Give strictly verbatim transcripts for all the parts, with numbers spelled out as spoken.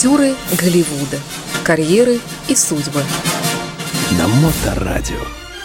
Авантюры Голливуда. Карьеры и судьбы. На Моторадио.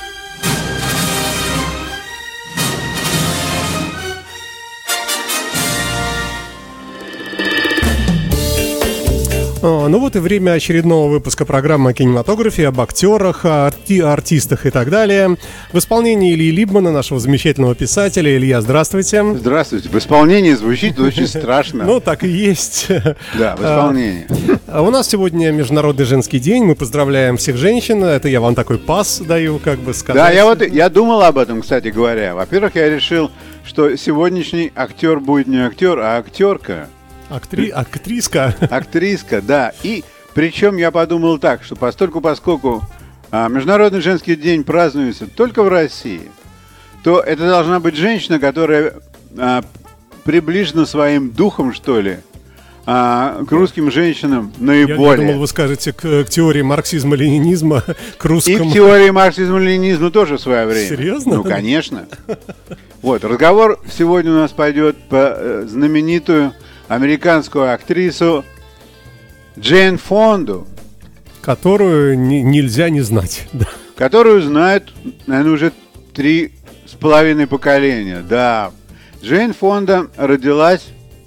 Ну вот и время очередного выпуска программы о кинематографе, об актерах, арти- артистах и так далее. В исполнении Ильи Либмана, нашего замечательного писателя. Илья, здравствуйте. Здравствуйте. В исполнении звучит очень страшно. Ну, так и есть. Да, в исполнении. У нас сегодня Международный женский день. Мы поздравляем всех женщин. Это я вам такой пас даю, как бы сказать. Да, я вот я думал об этом, кстати говоря. Во-первых, я решил, что сегодняшний актер будет не актер, а актерка. Актри... Актриска. Актриска, да. И причем я подумал так, что постольку, поскольку а, Международный женский день празднуется только в России, то это должна быть женщина, которая а, приближена своим духом, что ли, а, к русским женщинам наиболее. Я, я думал, вы скажете к, к теории марксизма-ленинизма, к русскому. И к теории марксизма-ленинизма тоже в свое время. Серьезно? Ну, конечно. Вот, разговор сегодня у нас пойдет по э, знаменитую американскую актрису Джейн Фонду, которую не, нельзя не знать, да. Которую знают, наверное, уже три с половиной поколения. Да, Джейн Фонда родилась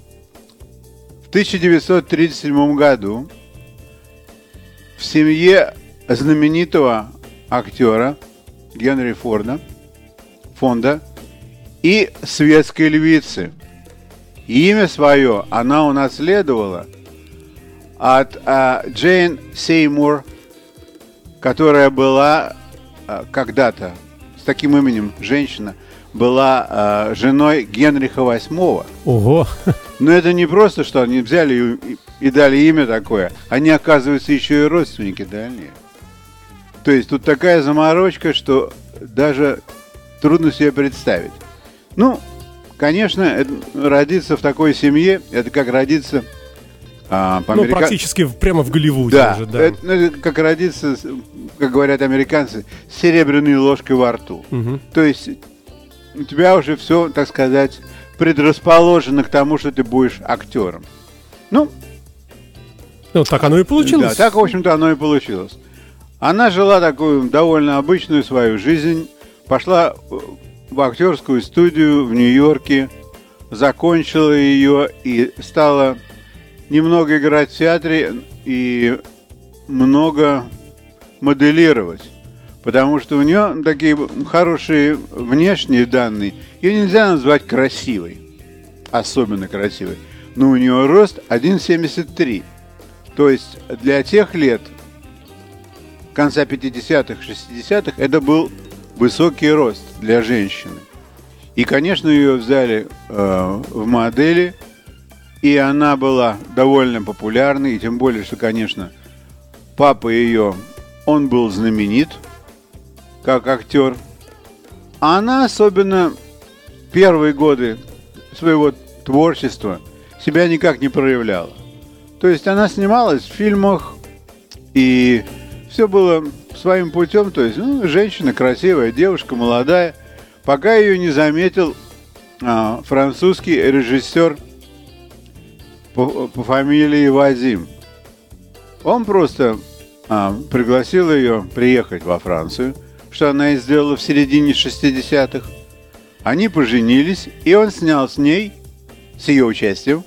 в тысяча девятьсот тридцать седьмом году в семье знаменитого актера Генри Форда, Фонда и светской львицы. Имя свое она унаследовала от а, Джейн Сеймур, которая была а, когда-то, с таким именем женщина, была а, женой Генриха восьмого. Ого! Но это не просто, что они взяли и, и дали имя такое. Они, оказывается, еще и родственники дальние. То есть тут такая заморочка, что даже трудно себе представить. Ну, конечно, это, родиться в такой семье, это как родиться а, по Ну, америка... практически прямо в Голливуде да, уже, да. Это, ну, это как родиться, как говорят американцы, с серебряной ложкой во рту. Угу. То есть у тебя уже все, так сказать, предрасположено к тому, что ты будешь актером. Ну, ну так оно и получилось. Да, так, в общем-то, оно и получилось. Она жила такую довольно обычную свою жизнь, пошла в актерскую студию в Нью-Йорке, закончила ее и стала немного играть в театре и много моделировать. Потому что у нее такие хорошие внешние данные. Ее нельзя назвать красивой, особенно красивой. Но у нее рост один семьдесят три. То есть для тех лет, конца пятидесятых, шестидесятых, это был высокий рост для женщины. И, конечно, ее взяли э, в модели, и она была довольно популярной, и тем более, что, конечно, папа ее, он был знаменит как актер. А она, особенно первые годы своего творчества, себя никак не проявляла. То есть она снималась в фильмах, и все было своим путем, то есть ну, женщина красивая, девушка молодая, пока ее не заметил а, французский режиссер по, по фамилии Вазим. Он просто а, пригласил ее приехать во Францию, что она и сделала в середине шестидесятых. Они поженились, и он снял с ней, с ее участием,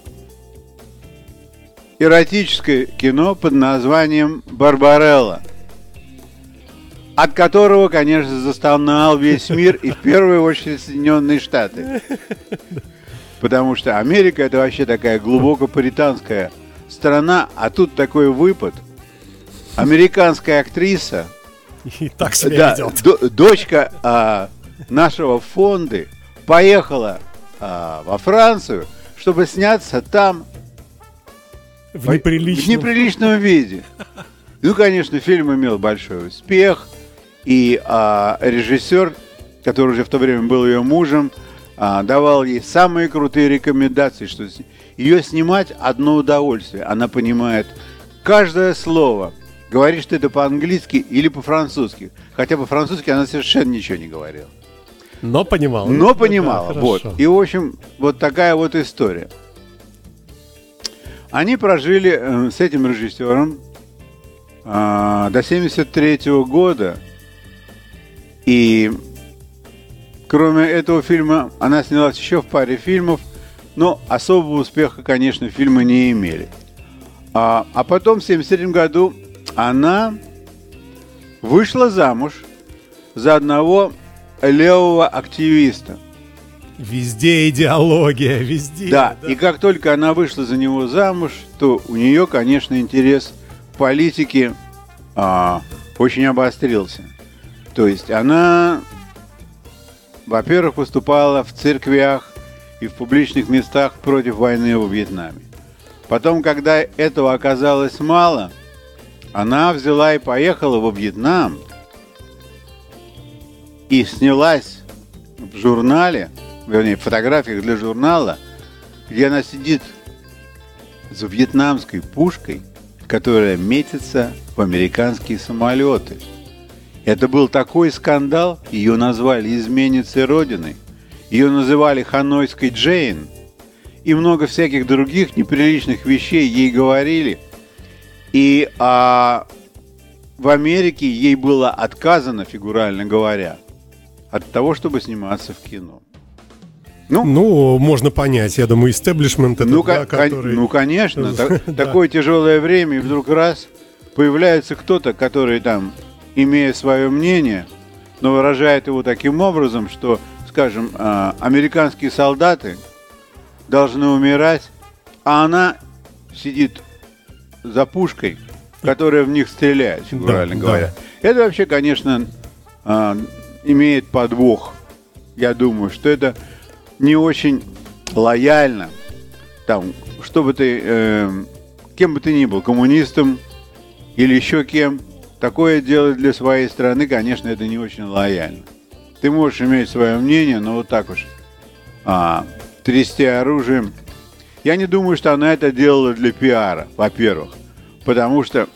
эротическое кино под названием «Барбарелла», от которого, конечно, застонал весь мир, и в первую очередь Соединенные Штаты. Потому что Америка – это вообще такая глубоко пуританская страна, а тут такой выпад. Американская актриса, и так себя да, ведет. Д- дочка а, нашего Фонды, поехала а, во Францию, чтобы сняться там в неприличном, в неприличном виде. Ну, конечно, фильм имел большой успех. И а, режиссер, который уже в то время был ее мужем, а, давал ей самые крутые рекомендации, что ее снимать одно удовольствие. Она понимает каждое слово. Говоришь ты это по-английски или по-французски. Хотя по-французски она совершенно ничего не говорила. Но понимала. Но понимала. Да, вот. И, в общем, вот такая вот история. Они прожили э, с этим режиссером э, до семьдесят третьего года. И кроме этого фильма она снялась еще в паре фильмов, но особого успеха, конечно, фильмы не имели. А, а потом в семьдесят третьем году она вышла замуж за одного левого активиста. Везде идеология, везде. Да, да, и как только она вышла за него замуж, то у нее, конечно, интерес к политике а, очень обострился. То есть она, во-первых, выступала в церквях и в публичных местах против войны во Вьетнаме. Потом, когда этого оказалось мало, она взяла и поехала во Вьетнам и снялась в журнале, вернее, в фотографиях для журнала, где она сидит за вьетнамской пушкой, которая метится в американские самолеты. Это был такой скандал, ее назвали изменницей Родины, ее называли Ханойской Джейн, и много всяких других неприличных вещей ей говорили. И а, в Америке ей было отказано, фигурально говоря, от того, чтобы сниматься в кино. Ну, ну можно понять, я думаю, истеблишмент это, ну, да, кон- который... ну конечно, так, такое тяжелое время, и вдруг раз появляется кто-то, который там, имея свое мнение, но выражает его таким образом, что, скажем, э, американские солдаты должны умирать, а она сидит за пушкой, которая в них стреляет, фигурально да, говоря. Да. Это вообще, конечно, э, имеет подвох. Я думаю, что это не очень лояльно. Там, что бы ты, э, кем бы ты ни был, коммунистом или еще кем, такое делать для своей страны, конечно, это не очень лояльно. Ты можешь иметь свое мнение, но вот так уж а, трясти оружием. Я не думаю, что она это делала для пиара, во-первых, потому что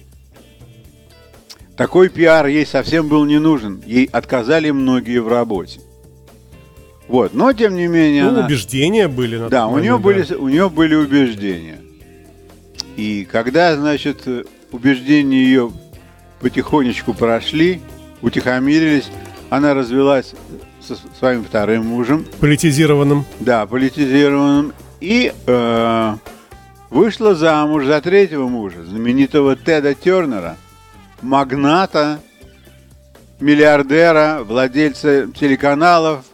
такой пиар ей совсем был не нужен. Ей отказали многие в работе. Вот, но тем не менее, ну, она... убеждения были. На Да, тот у нее момент, были, да. у нее были убеждения. И когда, значит, убеждения ее потихонечку прошли, утихомирились, она развелась со своим вторым мужем. Политизированным. Да, политизированным. И э, вышла замуж за третьего мужа, знаменитого Теда Тернера, магната, миллиардера, владельца телеканалов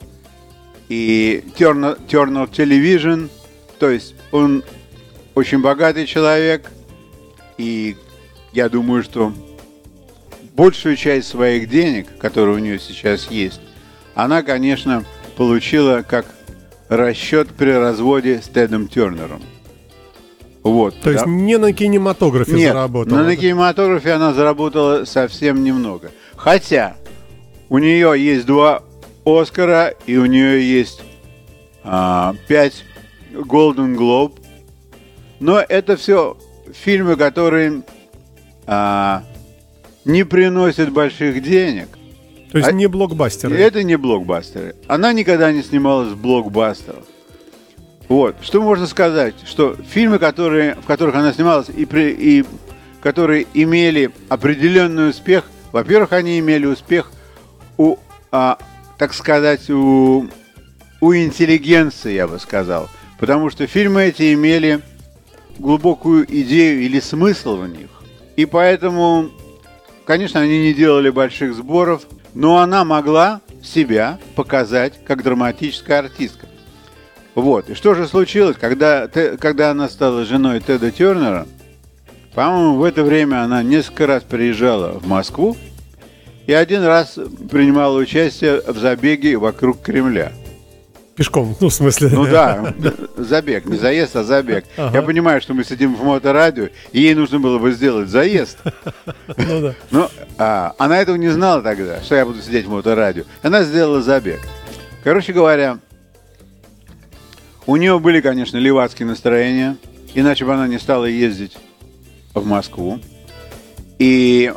и Turner, Turner Television. То есть он очень богатый человек, и я думаю, что большую часть своих денег, которые у нее сейчас есть, она, конечно, получила как расчет при разводе с Тедом Тернером. Вот. То есть да? не на кинематографе Нет, заработала? на да? кинематографе она заработала совсем немного. Хотя у нее есть два Оскара, и у нее есть а, пять Golden Globe. Но это все фильмы, которые а, не приносят больших денег. То есть а, не блокбастеры? Это не блокбастеры. Она никогда не снималась в блокбастерах. Вот. Что можно сказать? Что фильмы, которые, в которых она снималась, и, при, и которые имели определенный успех, во-первых, они имели успех у, а, так сказать, у, у интеллигенции, я бы сказал. Потому что фильмы эти имели глубокую идею или смысл в них. И поэтому, конечно, они не делали больших сборов, но она могла себя показать как драматическая артистка. Вот. И что же случилось, когда, когда она стала женой Теда Тернера? По-моему, в это время она несколько раз приезжала в Москву и один раз принимала участие в забеге вокруг Кремля. Пешком, ну, в смысле. Ну да, забег, не заезд, а забег. Ага. Я понимаю, что мы сидим в моторадио, и ей нужно было бы сделать заезд. Ну да. Но а, она этого не знала тогда, что я буду сидеть в моторадио. Она сделала забег. Короче говоря, у нее были, конечно, левацкие настроения, иначе бы она не стала ездить в Москву. И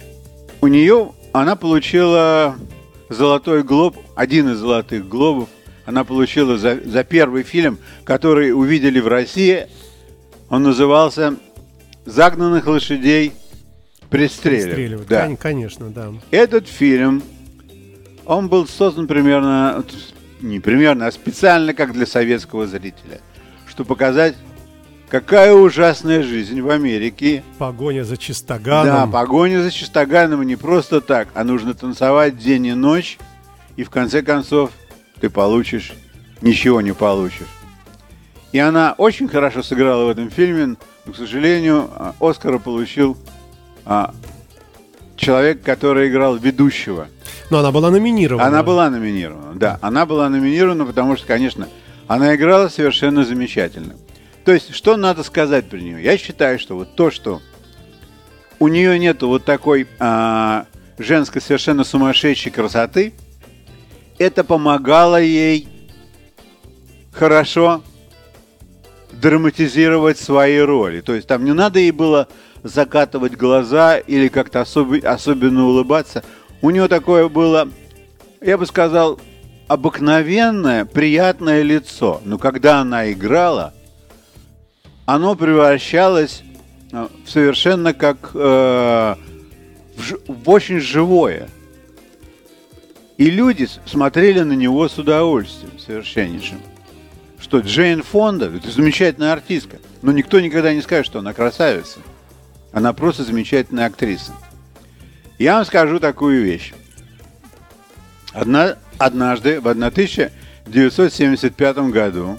у нее она получила золотой глоб, один из золотых глобов она получила за, за первый фильм, который увидели в России. Он назывался «Загнанных лошадей пристреливают». Да. Конечно, да. Этот фильм, он был создан примерно, не примерно, а специально как для советского зрителя, чтобы показать, какая ужасная жизнь в Америке. Погоня за чистоганом. Да, погоня за чистоганом, и не просто так, а нужно танцевать день и ночь, и в конце концов ты получишь, ничего не получишь. И она очень хорошо сыграла в этом фильме, но, к сожалению, Оскара получил а, человек, который играл ведущего. Но она была номинирована. Она была номинирована, да. Она была номинирована, потому что, конечно, она играла совершенно замечательно. То есть, что надо сказать про нее? Я считаю, что вот то, что у нее нету вот такой а, женской совершенно сумасшедшей красоты, это помогало ей хорошо драматизировать свои роли. То есть там не надо ей было закатывать глаза или как-то особ- особенно улыбаться. У нее такое было, я бы сказал, обыкновенное, приятное лицо. Но когда она играла, оно превращалось в совершенно как э, в, ж- в очень живое. И люди смотрели на него с удовольствием совершеннейшим. Что Джейн Фонда, это замечательная артистка, но никто никогда не скажет, что она красавица. Она просто замечательная актриса. Я вам скажу такую вещь. Одна, однажды, в тысяча девятьсот семьдесят пятом году,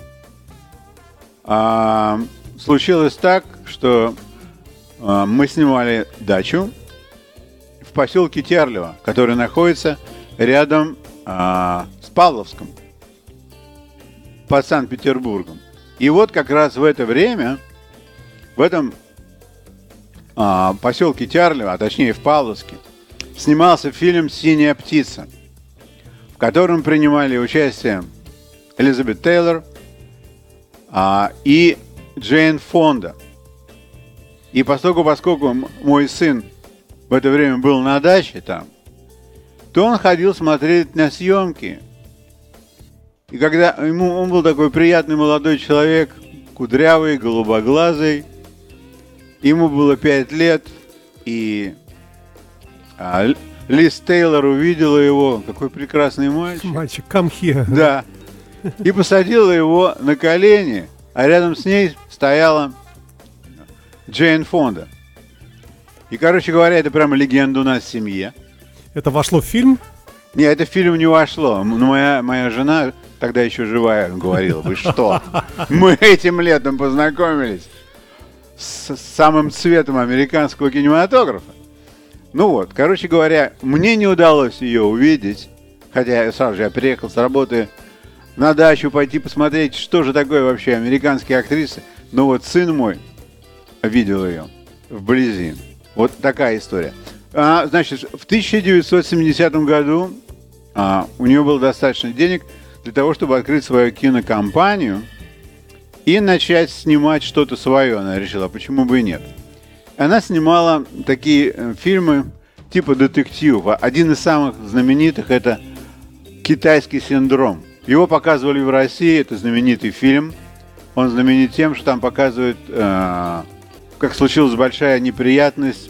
а, случилось так, что а, мы снимали дачу в поселке Терлево, который находится рядом а, с Павловском, под Санкт-Петербургом. И вот как раз в это время, в этом а, поселке Терлево, а точнее в Павловске, снимался фильм «Синяя птица», в котором принимали участие Элизабет Тейлор а, и Джейн Фонда. И поскольку, поскольку мой сын в это время был на даче там, то он ходил смотреть на съемки. И когда ему, он был такой приятный молодой человек, кудрявый, голубоглазый, ему было пять лет, и а, Лиз Тейлор увидела его, какой прекрасный мальчик. Мальчик, come here. Да. И посадила его на колени, а рядом с ней стояла Джейн Фонда. И, короче говоря, это прямо легенда у нас в семье. Это вошло в фильм? Нет, это в фильм не вошло. Но моя, моя жена, тогда еще живая, говорила: вы что? Мы этим летом познакомились с самым цветом американского кинематографа. Ну вот, короче говоря, мне не удалось ее увидеть, хотя я сразу же я приехал с работы на дачу пойти посмотреть, что же такое вообще американские актрисы. Но вот сын мой видел ее вблизи. Вот такая история. А, значит, в тысяча девятьсот семидесятом году а, у нее было достаточно денег для того, чтобы открыть свою кинокомпанию и начать снимать что-то свое. Она решила, почему бы и нет. Она снимала такие э, фильмы типа детективов. Один из самых знаменитых — это «Китайский синдром». Его показывали в России, это знаменитый фильм. Он знаменит тем, что там показывают, э, как случилась большая неприятность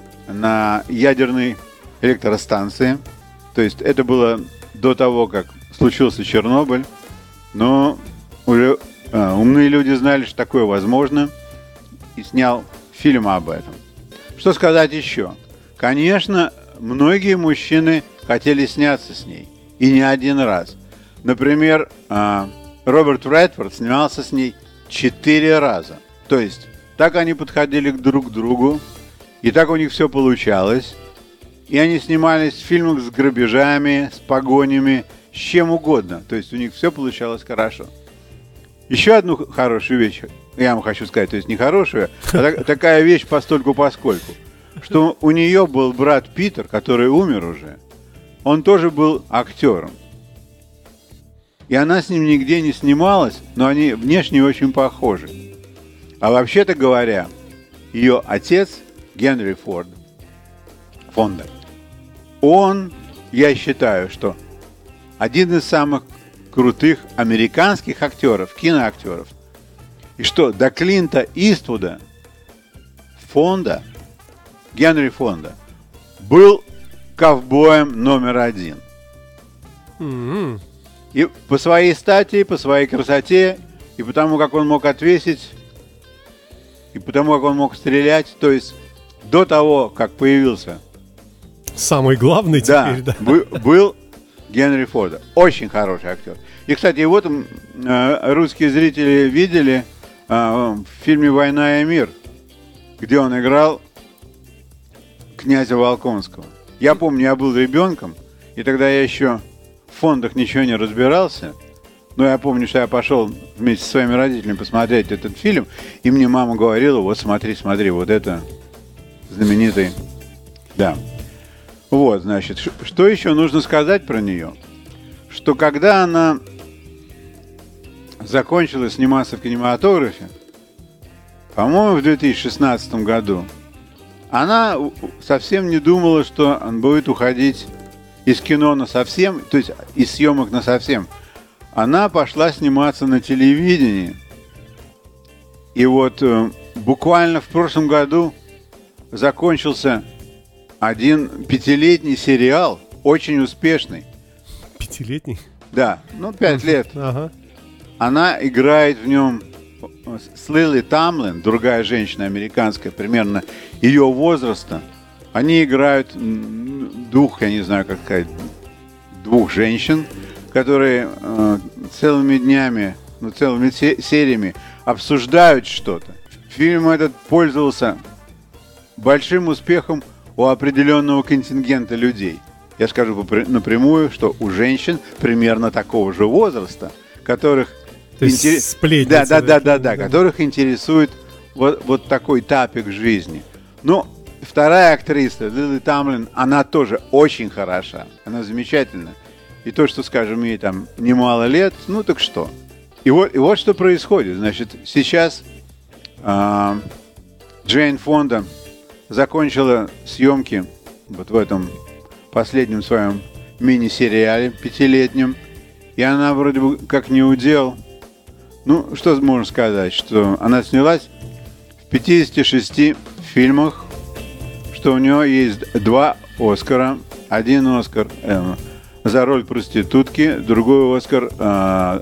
на ядерной электростанции. То есть это было до того, как случился Чернобыль. Но уже э, умные люди знали, что такое возможно, и снял фильм об этом. Что сказать еще? Конечно, многие мужчины хотели сняться с ней. И не один раз. Например, э, Роберт Редфорд снимался с ней четыре раза. То есть так они подходили друг к другу. И так у них все получалось. И они снимались в фильмах с грабежами, с погонями, с чем угодно. То есть у них все получалось хорошо. Еще одну хорошую вещь я вам хочу сказать. То есть не хорошую, а так, такая вещь постольку-поскольку. Что у нее был брат Питер, который умер уже. Он тоже был актером. И она с ним нигде не снималась, но они внешне очень похожи. А вообще-то говоря, ее отец Генри Форд, Фонда, он, я считаю, что один из самых крутых американских актеров, киноактеров. И что, до Клинта Иствуда, Фонда, Генри Фонда, был ковбоем номер один. Mm-hmm. И по своей стати, по своей красоте, и потому, как он мог отвесить, и потому, как он мог стрелять, то есть до того, как появился самый главный да, теперь, да. Был, был Генри Форда. Очень хороший актер. И, кстати, его там э, русские зрители видели э, в фильме «Война и мир», где он играл князя Волконского. Я помню, я был ребенком, и тогда я еще в фондах ничего не разбирался. Но я помню, что я пошел вместе со своими родителями посмотреть этот фильм, и мне мама говорила: вот смотри, смотри, вот это знаменитый. Да. Вот, значит, что еще нужно сказать про нее? Что когда она закончила сниматься в кинематографе, по-моему, в две тысячи шестнадцатом году, она совсем не думала, что он будет уходить из кино на совсем, то есть из съемок на совсем. Она пошла сниматься на телевидении. И вот э, буквально в прошлом году закончился один пятилетний сериал, очень успешный. Пятилетний? Да, ну пять лет. Ага. Она играет в нем с Лили Тамлин, другая женщина американская, примерно ее возраста. Они играют двух, я не знаю, как сказать, двух женщин, которые э, целыми днями, ну, целыми се- сериями обсуждают что-то. Фильм этот пользовался большим успехом у определенного контингента людей. Я скажу напрямую, что у женщин примерно такого же возраста, которых То есть интерес... сплетницы, да, да, да, да, да, да, которых интересует вот, вот такой тапик жизни. Но вторая актриса, Лили Тамлин, она тоже очень хороша, она замечательна. И то, что, скажем, ей там немало лет, ну так что. И вот, и вот что происходит. Значит, сейчас э, Джейн Фонда закончила съемки вот в этом последнем своем мини-сериале пятилетнем. И она вроде бы как не удел. Ну, что можно сказать, что она снялась в пятидесяти шести фильмах, что у нее есть два Оскара. Один Оскар э, за роль проститутки, другой Оскар э,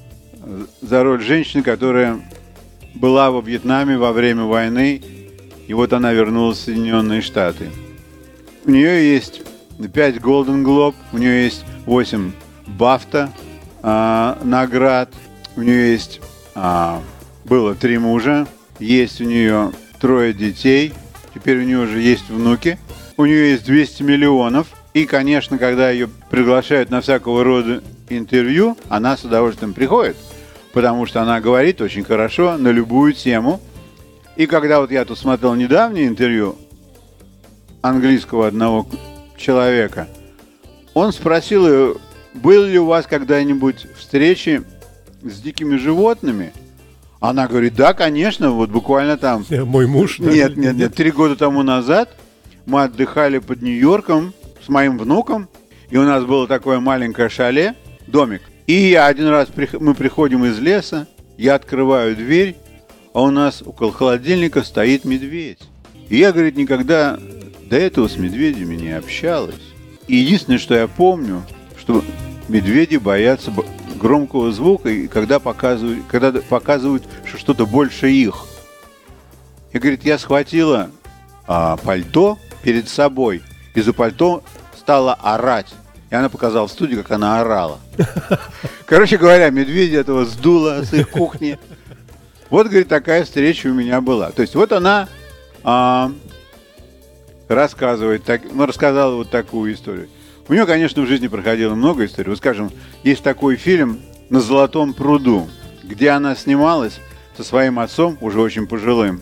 за роль женщины, которая была во Вьетнаме во время войны, и вот она вернулась в Соединенные Штаты. У нее есть пять Golden Globe, у нее есть восемь Бафта э, наград, у нее есть э, было три мужа, есть у нее трое детей, теперь у нее уже есть внуки, у нее есть двести миллионов. И, конечно, когда ее приглашают на всякого рода интервью, она с удовольствием приходит, потому что она говорит очень хорошо на любую тему. И когда вот я тут смотрел недавнее интервью английского одного человека, он спросил ее: были ли у вас когда-нибудь встречи с дикими животными? Она говорит: да, конечно, вот буквально там... Мой муж? Нет, нет, нет, три года тому назад мы отдыхали под Нью-Йорком с моим внуком, и у нас было такое маленькое шале, домик. И я один раз, мы приходим из леса, я открываю дверь, а у нас около холодильника стоит медведь. И я, говорит, никогда до этого с медведями не общалась. И единственное, что я помню, что медведи боятся громкого звука, и когда показывают, когда показывают, что что-то больше их. И, говорит, я схватила а, пальто перед собой, и за пальто стала орать. И она показала в студии, как она орала. Короче говоря, медведя этого сдуло с их кухни. Вот, говорит, такая встреча у меня была. То есть вот она а, рассказывает, так, ну, рассказала вот такую историю. У нее, конечно, в жизни проходило много историй. Вот, скажем, есть такой фильм «На золотом пруду», где она снималась со своим отцом, уже очень пожилым,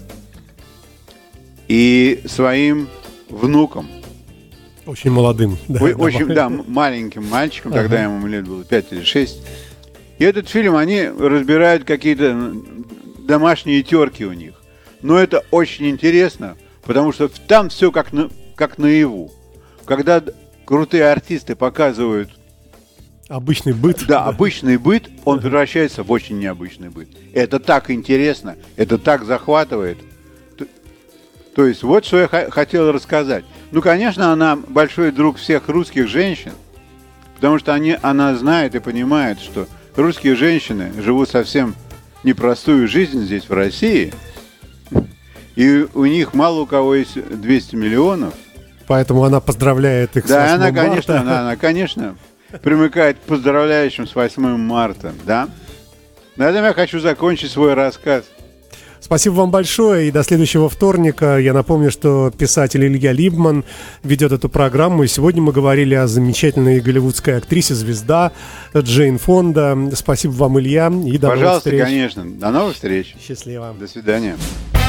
и своим внуком. Очень молодым. Да, Ой, очень, да, маленьким мальчиком, ага. Тогда ему лет было пять или шесть. И этот фильм, они разбирают какие-то домашние терки у них. Но это очень интересно, потому что там все как, на, как наяву. Когда крутые артисты показывают Обычный быт. Да, обычный быт, он превращается в очень необычный быт. Это так интересно, это так захватывает. То, то есть вот что я х- хотел рассказать. Ну, конечно, она большой друг всех русских женщин, потому что они, она знает и понимает, что русские женщины живут совсем непростую жизнь здесь, в России, и у них мало у кого есть двести миллионов. Поэтому она поздравляет их да, с восьмым она, марта. конечно, она, она, конечно, примыкает к поздравляющим с восьмым марта, да? На этом я хочу закончить свой рассказ. Спасибо вам большое, и до следующего вторника. Я напомню, что писатель Илья Либман ведет эту программу, и сегодня мы говорили о замечательной голливудской актрисе, звезда Джейн Фонда. Спасибо вам, Илья, и до Пожалуйста, новых встреч. конечно. До новых встреч. Счастливо. До свидания.